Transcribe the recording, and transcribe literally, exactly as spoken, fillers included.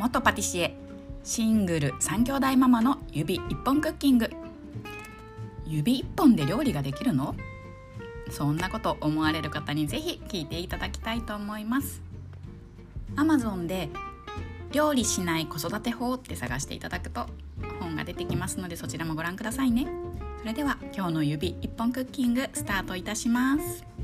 元パティシエ、シングルさん兄弟ママの指一本クッキング。指一本で料理ができるの？そんなこと思われる方にぜひ聞いていただきたいと思います。 Amazon で料理しない子育て法って探していただくと本が出てきますので、そちらもご覧くださいね。それでは今日の指一本クッキングスタートいたします。